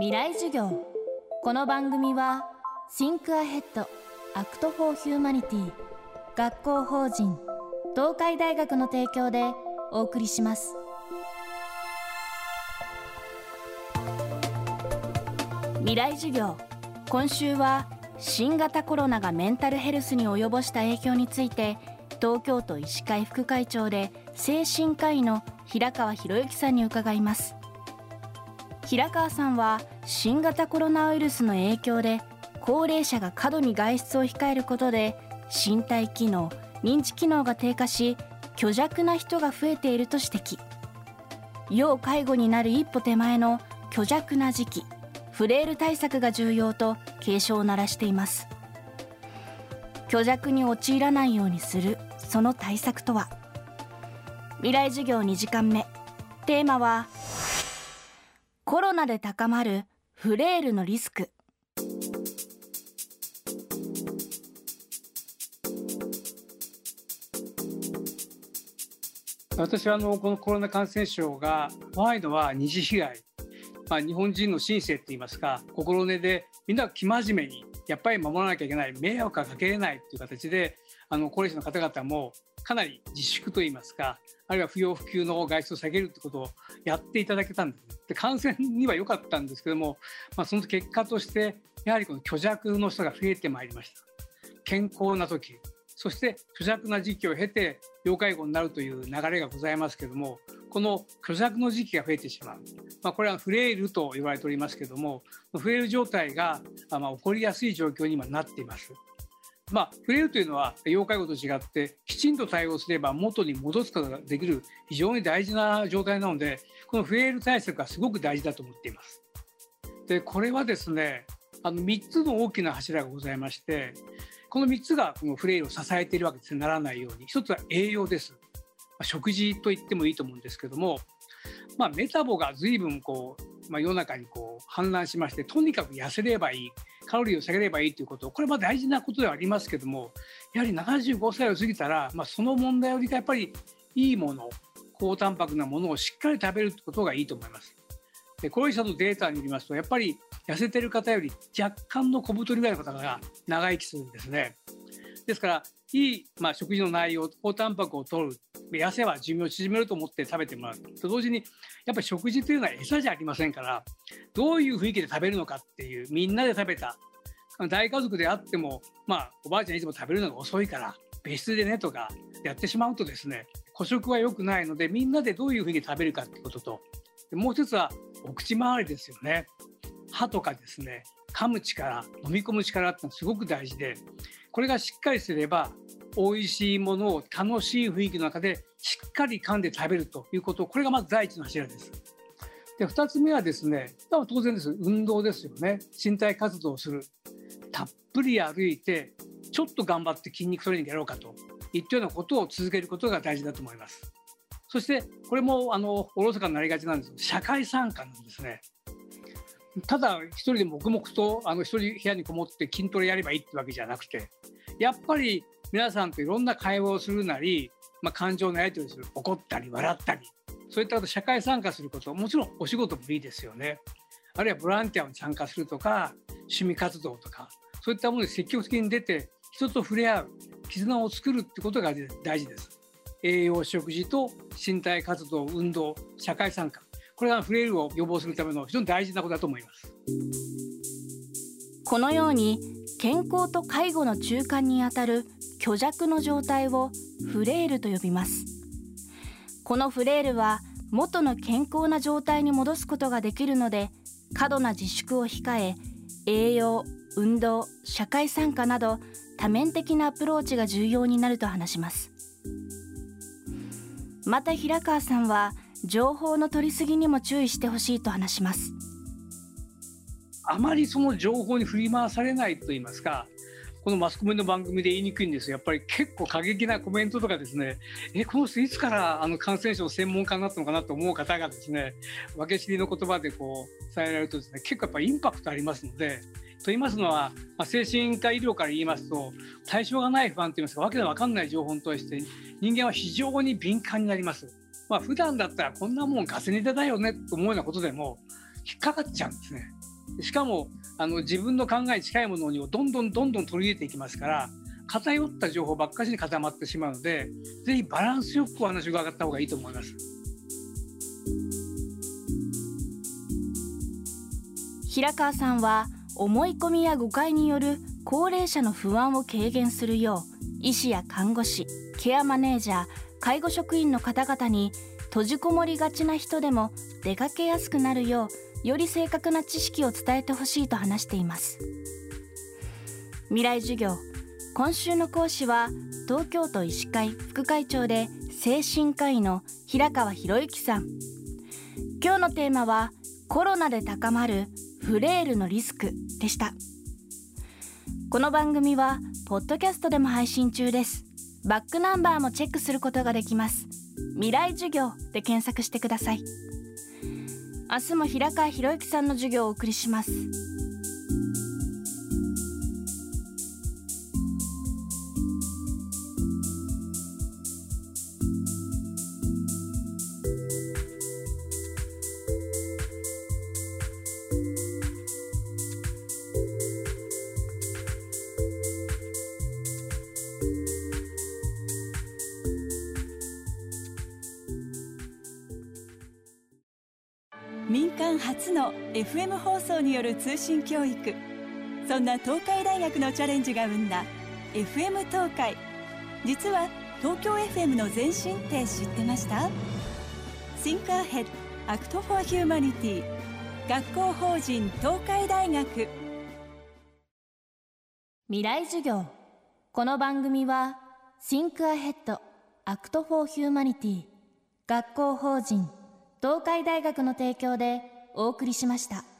未来授業。この番組は Think Ahead Act for Humanity 学校法人東海大学の提供でお送りします。未来授業。今週は新型コロナがメンタルヘルスに及ぼした影響について、東京都医師会副会長で精神科医の平川博之さんに伺います。平川さんは新型コロナウイルスの影響で高齢者が過度に外出を控えることで身体機能、認知機能が低下し、虚弱な人が増えていると指摘。要介護になる一歩手前の虚弱な時期、フレイル対策が重要と警鐘を鳴らしています。虚弱に陥らないようにするその対策とは。未来授業2時間目、テーマはコロナで高まるフレイルのリスク。 私はこのコロナ感染症が怖いのは二次被害、日本人の心性といいますか、心根でみんな生真面目にやっぱり守らなきゃいけない、迷惑がかけれないという形で高齢者の方々もかなり自粛といいますか、あるいは不要不急の外出を下げるということをやっていただけたんです。で、感染には良かったんですけども、その結果としてやはりこの虚弱の人が増えてまいりました。健康な時、そして虚弱な時期を経て要介護になるという流れがございますけれども、この虚弱の時期が増えてしまう、これはフレイルと言われておりますけれども、フレイル状態が起こりやすい状況に今なっています。フレイルというのは要介護と違ってきちんと対応すれば元に戻すことができる非常に大事な状態なので、このフレイル対策がすごく大事だと思っています。で、これはですね、3つの大きな柱がございまして、この3つがこのフレイルを支えているわけですね。ならないように。1つは栄養です。食事と言ってもいいと思うんですけども、メタボが随分世の中に氾濫しまして、とにかく痩せればいい、カロリーを下げればいいということ、これは大事なことではありますけども、やはり75歳を過ぎたら、その問題よりかやっぱりいいもの、高タンパクなものをしっかり食べることがいいと思います。で、高齢者のデータによりますと、やっぱり痩せてる方より若干の小太りぐらいの方が長生きするんですね。ですからいい、食事の内容、高タンパクを摂る、痩せは寿命を縮めると思って食べてもらうと同時に、やっぱり食事というのは餌じゃありませんから、どういう雰囲気で食べるのかっていう、みんなで食べた、大家族であっても、おばあちゃんいつも食べるのが遅いから別室でねとかやってしまうとですね、孤食は良くないので、みんなでどういう雰囲気で食べるかっていうことと、もう一つはお口周りですよね。歯とかですね、噛む力、飲み込む力ってのはすごく大事で、これがしっかりすれば美味しいものを楽しい雰囲気の中でしっかり噛んで食べるということ、これがまず第一の柱です。で、2つ目はですね、当然です、運動ですよね。身体活動をする、たっぷり歩いてちょっと頑張って筋肉トレーニングやろうかといったようなことを続けることが大事だと思います。そしてこれもおろそかになりがちなんですけど、社会参加なんですね。ただ一人で黙々と一人部屋にこもって筋トレやればいいってわけじゃなくて、やっぱり皆さんといろんな会話をするなり、感情のやり取りする、怒ったり笑ったり、そういったこと、社会参加すること、もちろんお仕事もいいですよね。あるいはボランティアに参加するとか、趣味活動とか、そういったものに積極的に出て人と触れ合う、絆を作るってことが大事です。栄養、食事と身体活動、運動、社会参加、これがフレイルを予防するための非常に大事なことだと思います。 このように健康と介護の中間にあたる虚弱の状態をフレイルと呼びます。このフレイルは元の健康な状態に戻すことができるので、過度な自粛を控え、栄養、運動、社会参加など多面的なアプローチが重要になると話します。また平川さんは情報の取りすぎにも注意してほしいと話します。 あまりその情報に振り回されないといいますか、このマスコミの番組で言いにくいんですよ。やっぱり結構過激なコメントとかですね、この人いつから感染症専門家になったのかなと思う方がですね、分け知りの言葉で伝えられるとですね、結構やっぱりインパクトありますので、と言いますのは、精神科医療から言いますと、対象がない不安といいますか、わけのわかんない情報に対して人間は非常に敏感になります。普段だったらこんなもんガセネタだよねと思うようなことでも引っかかっちゃうんですね。 しかも自分の考えに近いものをどんどん取り入れていきますから、偏った情報ばっかりに固まってしまうので、ぜひバランスよくお話を伺った方がいいと思います。 平川さんは思い込みや誤解による高齢者の不安を軽減するよう、医師や看護師、ケアマネージャー、介護職員の方々に閉じこもりがちな人でも出かけやすくなるよう、より正確な知識を伝えてほしいと話しています。未来授業、今週の講師は東京都医師会副会長で精神科医の平川博之さん。今日のテーマはコロナで高まるフレイルのリスクでした。この番組はポッドキャストでも配信中です。バックナンバーもチェックすることができます。未来授業で検索してください。明日も平川博之さんの授業をお送りします。 民間初の FM 放送による通信教育、そんな東海大学のチャレンジが生んだ FM 東海。実は東京 FM の前身って知ってました？ Think Ahead Act for Humanity 学校法人東海大学。 未来授業。この番組は Think Ahead Act for Humanity 学校法人東海大学の提供でお送りしました。